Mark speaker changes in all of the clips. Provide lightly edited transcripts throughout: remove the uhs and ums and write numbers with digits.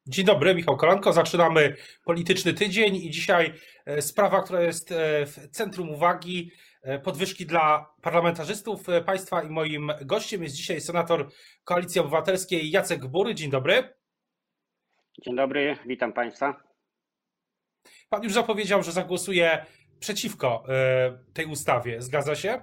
Speaker 1: Dzień dobry, Michał Kolanko. Zaczynamy polityczny tydzień i dzisiaj sprawa, która jest w centrum uwagi, podwyżki dla parlamentarzystów państwa i moim gościem jest dzisiaj senator Koalicji Obywatelskiej Jacek Bury. Dzień dobry.
Speaker 2: Dzień dobry, witam Państwa.
Speaker 1: Pan już zapowiedział, że zagłosuje przeciwko tej ustawie. Zgadza się?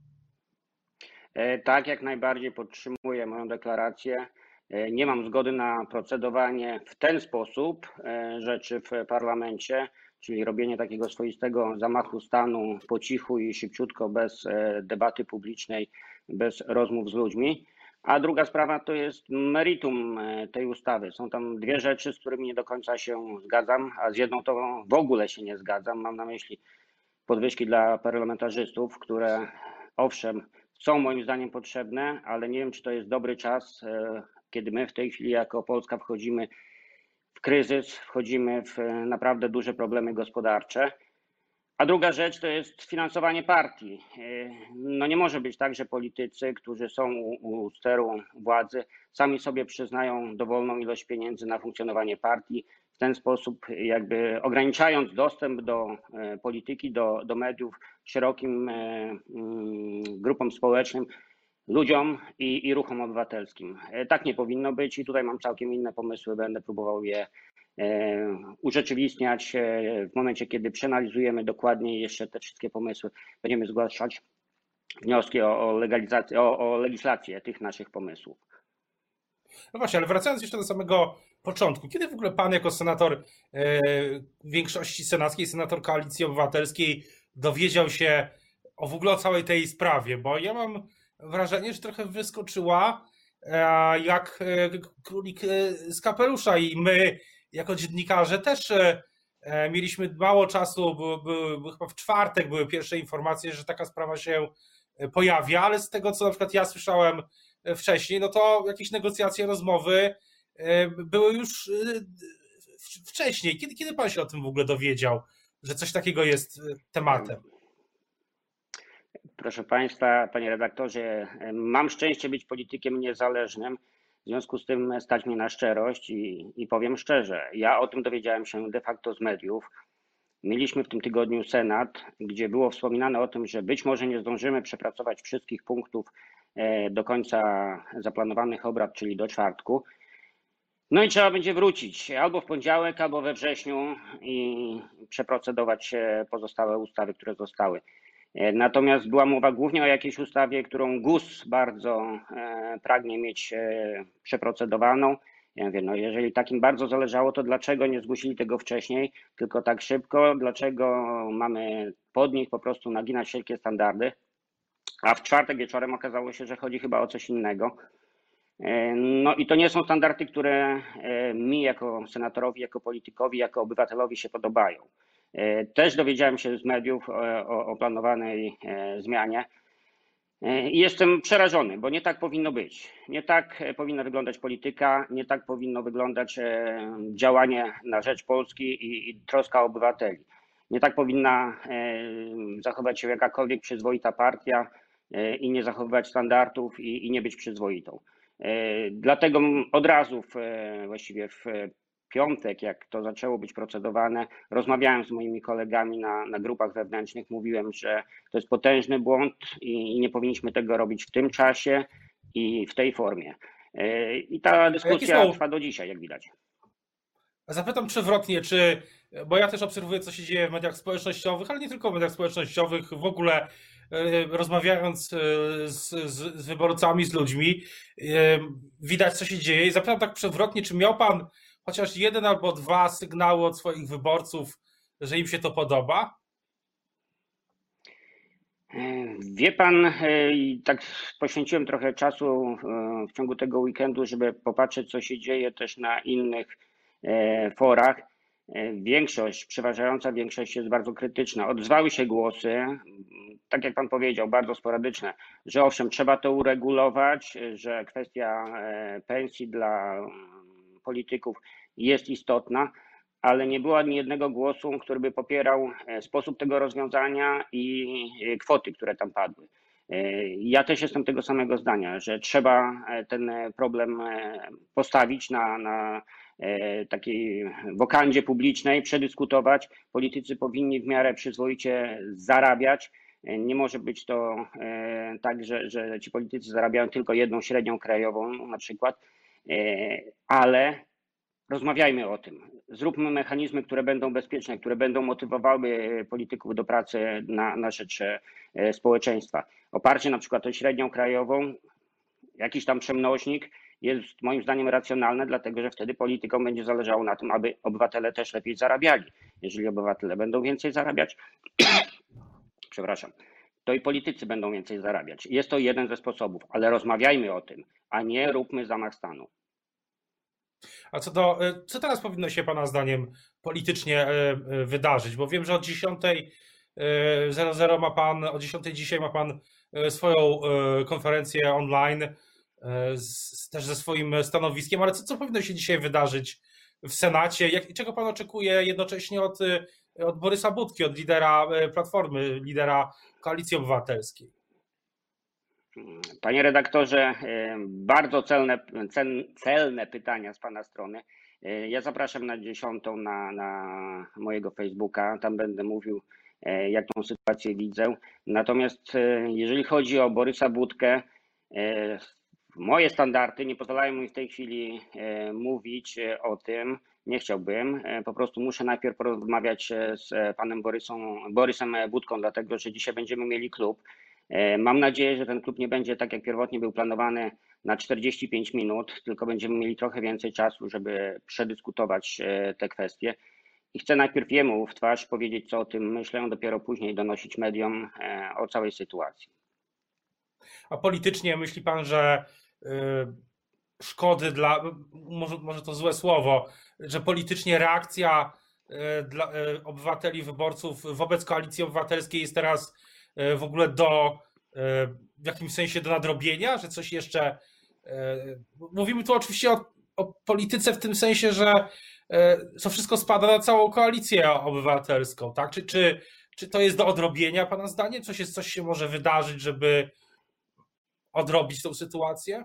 Speaker 2: Tak, jak najbardziej podtrzymuję moją deklarację. Nie mam zgody na procedowanie w ten sposób rzeczy w parlamencie, czyli robienie takiego swoistego zamachu stanu po cichu i szybciutko, bez debaty publicznej, bez rozmów z ludźmi. A druga sprawa to jest meritum tej ustawy. Są tam dwie rzeczy, z którymi nie do końca się zgadzam, a z jedną to w ogóle się nie zgadzam. Mam na myśli podwyżki dla parlamentarzystów, które owszem są moim zdaniem potrzebne, ale nie wiem, czy to jest dobry czas, kiedy my w tej chwili jako Polska wchodzimy w kryzys, wchodzimy w naprawdę duże problemy gospodarcze. A druga rzecz to jest finansowanie partii. No nie może być tak, że politycy, którzy są u steru władzy, sami sobie przyznają dowolną ilość pieniędzy na funkcjonowanie partii, w ten sposób jakby ograniczając dostęp do polityki, do mediów szerokim grupom społecznym, ludziom i ruchom obywatelskim. Tak nie powinno być i tutaj mam całkiem inne pomysły, będę próbował je urzeczywistniać w momencie, kiedy przeanalizujemy dokładnie jeszcze te wszystkie pomysły. Będziemy zgłaszać wnioski o legalizację, o legislację tych naszych pomysłów.
Speaker 1: No właśnie, ale wracając jeszcze do samego początku, kiedy w ogóle pan jako senator większości senackiej, senator Koalicji Obywatelskiej dowiedział się w ogóle o całej tej sprawie? Bo ja mam wrażenie, że trochę wyskoczyła jak królik z kapelusza i my jako dziennikarze też mieliśmy mało czasu, chyba w czwartek były pierwsze informacje, że taka sprawa się pojawia, ale z tego, co na przykład ja słyszałem wcześniej, no to jakieś negocjacje, rozmowy były już wcześniej. Kiedy pan się o tym w ogóle dowiedział, że coś takiego jest tematem?
Speaker 2: Proszę Państwa, Panie redaktorze, mam szczęście być politykiem niezależnym, w związku z tym stać mnie na szczerość i powiem szczerze, ja o tym dowiedziałem się de facto z mediów. Mieliśmy w tym tygodniu Senat, gdzie było wspominane o tym, że być może nie zdążymy przepracować wszystkich punktów do końca zaplanowanych obrad, czyli do czwartku. No i trzeba będzie wrócić albo w poniedziałek, albo we wrześniu i przeprocedować pozostałe ustawy, które zostały. Natomiast była mowa głównie o jakiejś ustawie, którą GUS bardzo pragnie mieć przeprocedowaną. Ja mówię, no jeżeli takim bardzo zależało, to dlaczego nie zgłosili tego wcześniej, tylko tak szybko? Dlaczego mamy pod nich po prostu naginać wszelkie standardy? A w czwartek wieczorem okazało się, że chodzi chyba o coś innego. No i to nie są standardy, które mi jako senatorowi, jako politykowi, jako obywatelowi się podobają. Też dowiedziałem się z mediów o planowanej zmianie i jestem przerażony, bo nie tak powinno być. Nie tak powinna wyglądać polityka, nie tak powinno wyglądać działanie na rzecz Polski i troska o obywateli. Nie tak powinna zachować się jakakolwiek przyzwoita partia i nie zachowywać standardów i nie być przyzwoitą. Dlatego od razu właściwie w piątek, jak to zaczęło być procedowane, rozmawiałem z moimi kolegami na grupach wewnętrznych, mówiłem, że to jest potężny błąd i nie powinniśmy tego robić w tym czasie i w tej formie. I ta dyskusja trwa do dzisiaj, jak widać.
Speaker 1: Zapytam przewrotnie, bo ja też obserwuję, co się dzieje w mediach społecznościowych, ale nie tylko w mediach społecznościowych, w ogóle rozmawiając z wyborcami, z ludźmi, widać, co się dzieje i zapytam tak przewrotnie, czy miał pan chociaż jeden albo dwa sygnały od swoich wyborców, że im się to podoba?
Speaker 2: Wie pan, tak poświęciłem trochę czasu w ciągu tego weekendu, żeby popatrzeć, co się dzieje też na innych forach. Przeważająca większość jest bardzo krytyczna. Odezwały się głosy, tak jak pan powiedział, bardzo sporadyczne, że owszem, trzeba to uregulować, że kwestia pensji dla polityków jest istotna, ale nie było ani jednego głosu, który by popierał sposób tego rozwiązania i kwoty, które tam padły. Ja też jestem tego samego zdania, że trzeba ten problem postawić na takiej wokandzie publicznej, przedyskutować. Politycy powinni w miarę przyzwoicie zarabiać. Nie może być to tak, że ci politycy zarabiają tylko jedną średnią krajową na przykład, ale rozmawiajmy o tym. Zróbmy mechanizmy, które będą bezpieczne, które będą motywowały polityków do pracy na rzecz społeczeństwa. Oparcie na przykład o średnią krajową, jakiś tam przemnośnik jest moim zdaniem racjonalne, dlatego że wtedy politykom będzie zależało na tym, aby obywatele też lepiej zarabiali. Jeżeli obywatele będą więcej zarabiać, przepraszam, to i politycy będą więcej zarabiać. Jest to jeden ze sposobów, ale rozmawiajmy o tym, a nie róbmy zamach stanu.
Speaker 1: A co teraz powinno się Pana zdaniem politycznie wydarzyć? Bo wiem, że od 10:00 ma Pan, o 10:00 dzisiaj ma Pan swoją konferencję online, też ze swoim stanowiskiem, ale co powinno się dzisiaj wydarzyć w Senacie? Czego Pan oczekuje jednocześnie od Borysa Budki, od lidera Platformy, lidera Koalicji Obywatelskiej?
Speaker 2: Panie redaktorze, bardzo celne pytania z Pana strony. Ja zapraszam na 10:00 na mojego Facebooka, tam będę mówił, jak tą sytuację widzę. Natomiast jeżeli chodzi o Borysa Budkę, moje standardy nie pozwalają mi w tej chwili mówić o tym, nie chciałbym, po prostu muszę najpierw porozmawiać z panem Borysem Budką, dlatego że dzisiaj będziemy mieli klub. Mam nadzieję, że ten klub nie będzie tak jak pierwotnie był planowany na 45 minut, tylko będziemy mieli trochę więcej czasu, żeby przedyskutować te kwestie. I chcę najpierw jemu w twarz powiedzieć, co o tym myślę, dopiero później donosić mediom o całej sytuacji.
Speaker 1: A politycznie myśli Pan, że szkody może to złe słowo, że politycznie reakcja dla obywateli, wyborców wobec Koalicji Obywatelskiej jest teraz w ogóle w jakimś sensie do nadrobienia, że coś jeszcze... Mówimy tu oczywiście o polityce w tym sensie, że to wszystko spada na całą Koalicję Obywatelską, tak? Czy to jest do odrobienia, Pana zdaniem? Coś się może wydarzyć, żeby odrobić tą sytuację?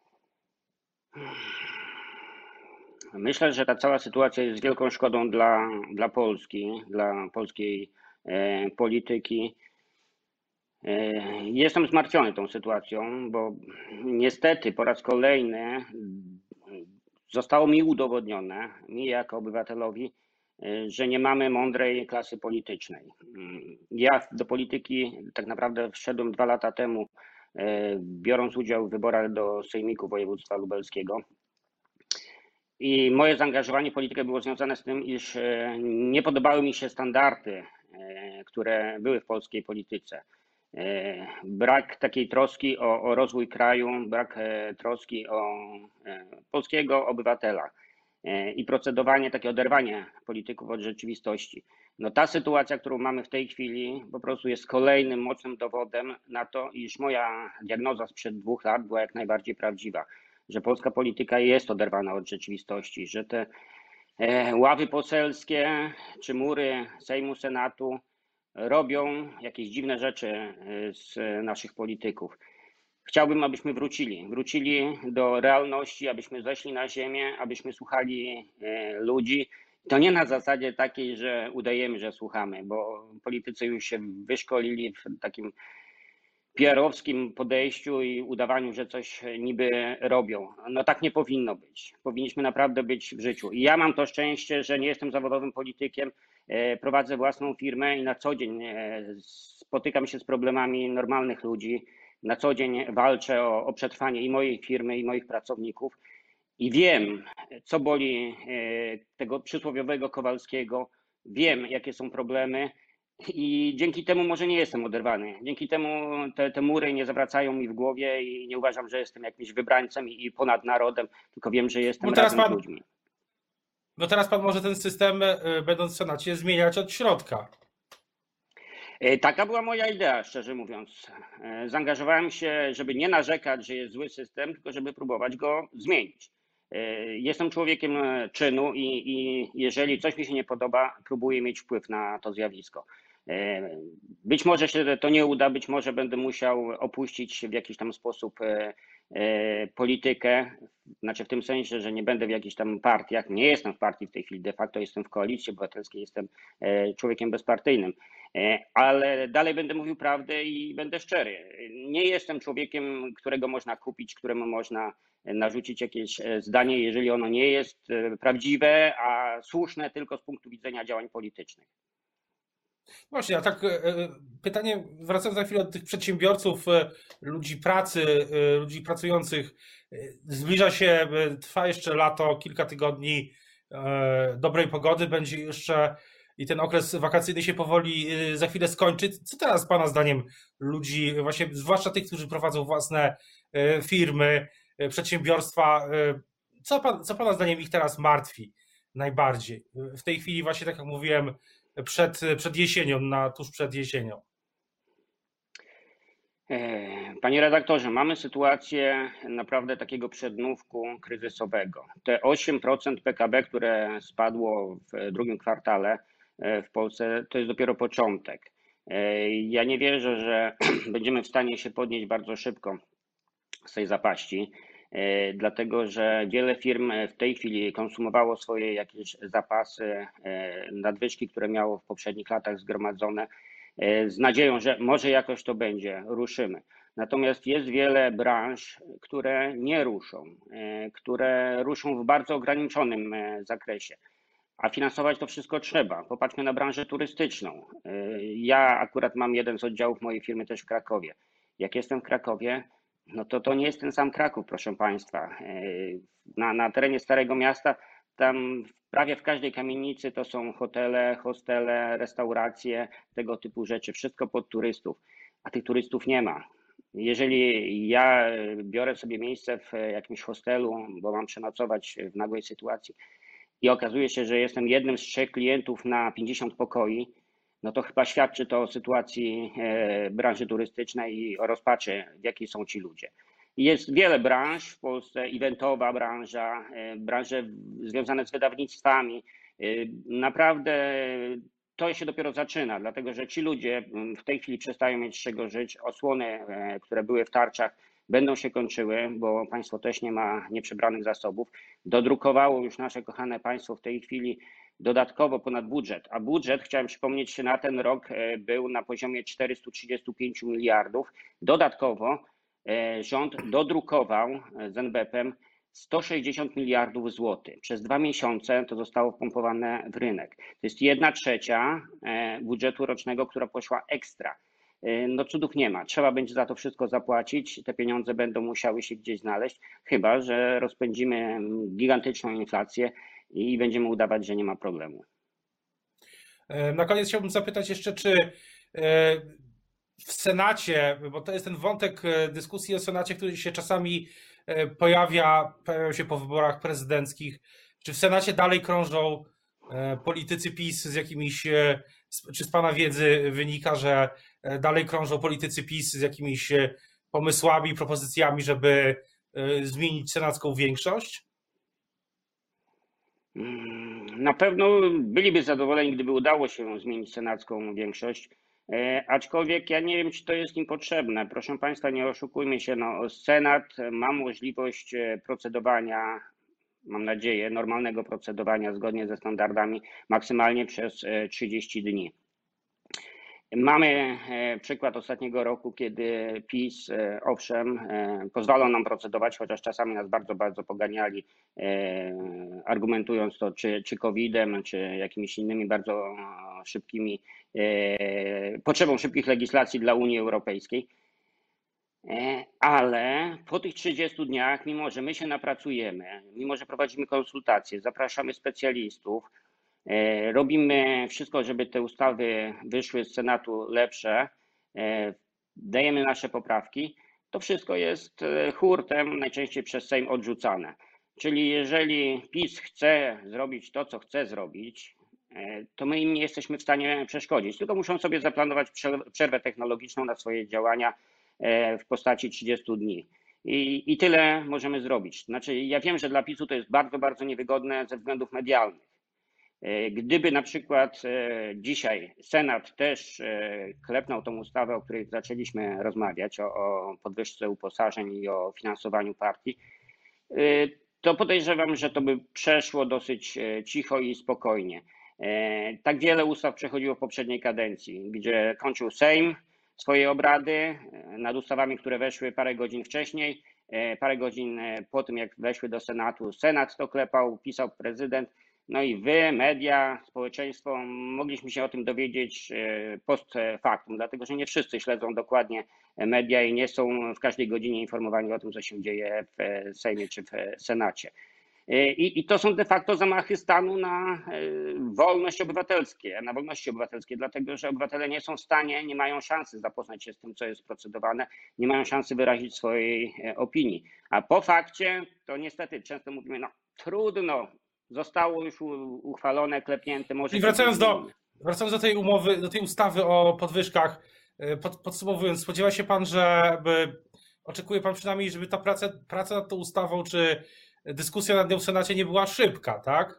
Speaker 2: Myślę, że ta cała sytuacja jest wielką szkodą dla Polski, dla polskiej polityki. Jestem zmartwiony tą sytuacją, bo niestety po raz kolejny zostało mi udowodnione, mi jako obywatelowi, że nie mamy mądrej klasy politycznej. Ja do polityki tak naprawdę wszedłem 2 lata temu, biorąc udział w wyborach do Sejmiku Województwa Lubelskiego. I moje zaangażowanie w politykę było związane z tym, iż nie podobały mi się standardy, które były w polskiej polityce. Brak takiej troski o rozwój kraju, brak troski o polskiego obywatela i procedowanie, takie oderwanie polityków od rzeczywistości. No ta sytuacja, którą mamy w tej chwili, po prostu jest kolejnym mocnym dowodem na to, iż moja diagnoza sprzed 2 lat była jak najbardziej prawdziwa, że polska polityka jest oderwana od rzeczywistości, że te ławy poselskie czy mury Sejmu, Senatu robią jakieś dziwne rzeczy z naszych polityków. Chciałbym, abyśmy wrócili do realności, abyśmy zeszli na ziemię, abyśmy słuchali ludzi. To nie na zasadzie takiej, że udajemy, że słuchamy, bo politycy już się wyszkolili w takim PR-owskim podejściu i udawaniu, że coś niby robią. No tak nie powinno być. Powinniśmy naprawdę być w życiu. I ja mam to szczęście, że nie jestem zawodowym politykiem, prowadzę własną firmę i na co dzień spotykam się z problemami normalnych ludzi. Na co dzień walczę o przetrwanie i mojej firmy, i moich pracowników. I wiem, co boli tego przysłowiowego Kowalskiego. Wiem, jakie są problemy. I dzięki temu może nie jestem oderwany. Dzięki temu te mury nie zawracają mi w głowie i nie uważam, że jestem jakimś wybrańcem i ponad narodem, tylko wiem, że jestem razem z ludźmi.
Speaker 1: No teraz pan może ten system, będąc w Senacie, zmieniać od środka.
Speaker 2: Taka była moja idea, szczerze mówiąc. Zaangażowałem się, żeby nie narzekać, że jest zły system, tylko żeby próbować go zmienić. Jestem człowiekiem czynu i jeżeli coś mi się nie podoba, próbuję mieć wpływ na to zjawisko. Być może się to nie uda, być może będę musiał opuścić w jakiś tam sposób politykę, znaczy w tym sensie, że nie będę w jakichś tam partiach, nie jestem w partii w tej chwili, de facto jestem w Koalicji Obywatelskiej, jestem człowiekiem bezpartyjnym, ale dalej będę mówił prawdę i będę szczery. Nie jestem człowiekiem, którego można kupić, któremu można narzucić jakieś zdanie, jeżeli ono nie jest prawdziwe, a słuszne tylko z punktu widzenia działań politycznych.
Speaker 1: Właśnie, a tak pytanie, wracając za chwilę do tych przedsiębiorców, ludzi pracy, ludzi pracujących, zbliża się, trwa jeszcze lato, kilka tygodni dobrej pogody, będzie jeszcze i ten okres wakacyjny się powoli za chwilę skończy. Co teraz Pana zdaniem ludzi, właśnie zwłaszcza tych, którzy prowadzą własne firmy, przedsiębiorstwa, co Pana zdaniem ich teraz martwi najbardziej? W tej chwili właśnie, tak jak mówiłem, przed jesienią, tuż przed jesienią.
Speaker 2: Panie redaktorze, mamy sytuację naprawdę takiego przednówku kryzysowego. Te 8% PKB, które spadło w drugim kwartale w Polsce, to jest dopiero początek. Ja nie wierzę, że będziemy w stanie się podnieść bardzo szybko z tej zapaści, dlatego że wiele firm w tej chwili konsumowało swoje jakieś zapasy, nadwyżki, które miało w poprzednich latach zgromadzone, z nadzieją, że może jakoś to będzie, ruszymy. Natomiast jest wiele branż, które nie ruszą, które ruszą w bardzo ograniczonym zakresie. A finansować to wszystko trzeba. Popatrzmy na branżę turystyczną. Ja akurat mam jeden z oddziałów mojej firmy też w Krakowie. Jak jestem w Krakowie, no to nie jest ten sam Kraków, proszę Państwa. Na terenie Starego Miasta, tam prawie w każdej kamienicy to są hotele, hostele, restauracje, tego typu rzeczy. Wszystko pod turystów, a tych turystów nie ma. Jeżeli ja biorę sobie miejsce w jakimś hostelu, bo mam przenocować w nagłej sytuacji, i okazuje się, że jestem jednym z 3 klientów na 50 pokoi, no to chyba świadczy to o sytuacji branży turystycznej i o rozpaczy, w jakiej są ci ludzie. Jest wiele branż w Polsce, eventowa branża, branże związane z wydawnictwami. Naprawdę to się dopiero zaczyna, dlatego że ci ludzie w tej chwili przestają mieć z czego żyć. Osłony, które były w tarczach, będą się kończyły, bo państwo też nie ma nieprzebranych zasobów. Dodrukowało już nasze kochane państwo w tej chwili dodatkowo ponad budżet, a budżet, chciałem przypomnieć, na ten rok był na poziomie 435 miliardów. Dodatkowo rząd dodrukował z NBP-em 160 miliardów złotych. Przez 2 miesiące to zostało wpompowane w rynek. To jest 1/3 budżetu rocznego, która poszła ekstra. No cudów nie ma. Trzeba będzie za to wszystko zapłacić. Te pieniądze będą musiały się gdzieś znaleźć, chyba że rozpędzimy gigantyczną inflację i będziemy udawać, że nie ma problemu.
Speaker 1: Na koniec chciałbym zapytać jeszcze, czy w Senacie, bo to jest ten wątek dyskusji o Senacie, który się czasami pojawiał się po wyborach prezydenckich, czy w Senacie dalej krążą politycy PiS z jakimiś, czy z Pana wiedzy wynika, że dalej krążą politycy PiS z jakimiś pomysłami, propozycjami, żeby zmienić senacką większość?
Speaker 2: Na pewno byliby zadowoleni, gdyby udało się zmienić senacką większość, aczkolwiek ja nie wiem, czy to jest im potrzebne. Proszę Państwa, nie oszukujmy się, no, Senat ma możliwość procedowania, mam nadzieję, normalnego procedowania zgodnie ze standardami maksymalnie przez 30 dni. Mamy przykład ostatniego roku, kiedy PiS, owszem, pozwalał nam procedować, chociaż czasami nas bardzo, bardzo poganiali, argumentując to czy COVID-em, czy jakimiś innymi bardzo szybkimi, potrzebą szybkich legislacji dla Unii Europejskiej. Ale po tych 30 dniach, mimo że my się napracujemy, mimo że prowadzimy konsultacje, zapraszamy specjalistów, robimy wszystko, żeby te ustawy wyszły z Senatu lepsze, dajemy nasze poprawki, to wszystko jest hurtem najczęściej przez Sejm odrzucane. Czyli jeżeli PiS chce zrobić to, co chce zrobić, to my im nie jesteśmy w stanie przeszkodzić, tylko muszą sobie zaplanować przerwę technologiczną na swoje działania w postaci 30 dni. I tyle możemy zrobić. Znaczy, ja wiem, że dla PiS-u to jest bardzo, bardzo niewygodne ze względów medialnych. Gdyby na przykład dzisiaj Senat też klepnął tą ustawę, o której zaczęliśmy rozmawiać, o podwyżce uposażeń i o finansowaniu partii, to podejrzewam, że to by przeszło dosyć cicho i spokojnie. Tak wiele ustaw przechodziło w poprzedniej kadencji, gdzie kończył Sejm swoje obrady nad ustawami, które weszły parę godzin wcześniej, parę godzin po tym, jak weszły do Senatu. Senat to klepał, pisał prezydent. No i wy, media, społeczeństwo, mogliśmy się o tym dowiedzieć post factum, dlatego że nie wszyscy śledzą dokładnie media i nie są w każdej godzinie informowani o tym, co się dzieje w Sejmie czy w Senacie. I to są de facto zamachy stanu na wolności obywatelskie, dlatego że obywatele nie są w stanie, nie mają szansy zapoznać się z tym, co jest procedowane, nie mają szansy wyrazić swojej opinii. A po fakcie to niestety często mówimy, no trudno, zostało już uchwalone, klepnięte, może...
Speaker 1: I wracając do tej umowy, do tej ustawy o podwyżkach, podsumowując, spodziewa się pan, oczekuje pan przynajmniej, żeby ta praca nad tą ustawą, czy dyskusja nad nią w Senacie nie była szybka, tak?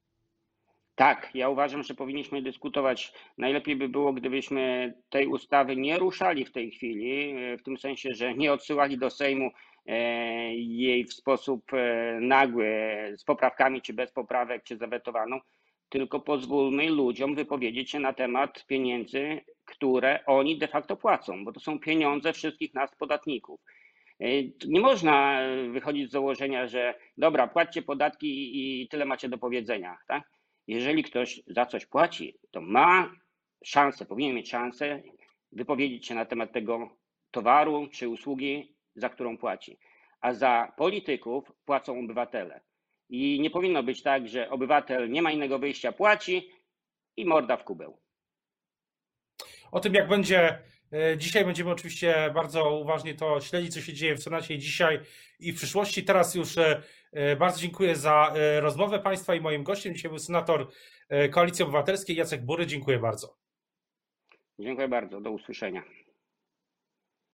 Speaker 2: Tak, ja uważam, że powinniśmy dyskutować. Najlepiej by było, gdybyśmy tej ustawy nie ruszali w tej chwili, w tym sensie, że nie odsyłali do Sejmu jej w sposób nagły, z poprawkami czy bez poprawek, czy zawetowaną, tylko pozwólmy ludziom wypowiedzieć się na temat pieniędzy, które oni de facto płacą, bo to są pieniądze wszystkich nas, podatników. Nie można wychodzić z założenia, że dobra, płaccie podatki i tyle macie do powiedzenia, tak? Jeżeli ktoś za coś płaci, to ma szansę, powinien mieć szansę wypowiedzieć się na temat tego towaru czy usługi, za którą płaci. A za polityków płacą obywatele. I nie powinno być tak, że obywatel nie ma innego wyjścia, płaci i morda w kubeł.
Speaker 1: O tym, jak będzie dzisiaj, będziemy oczywiście bardzo uważnie to śledzić, co się dzieje w Senacie dzisiaj i w przyszłości. Teraz już bardzo dziękuję za rozmowę Państwa i moim gościem dzisiaj był senator Koalicji Obywatelskiej Jacek Bury. Dziękuję bardzo.
Speaker 2: Dziękuję bardzo. Do usłyszenia.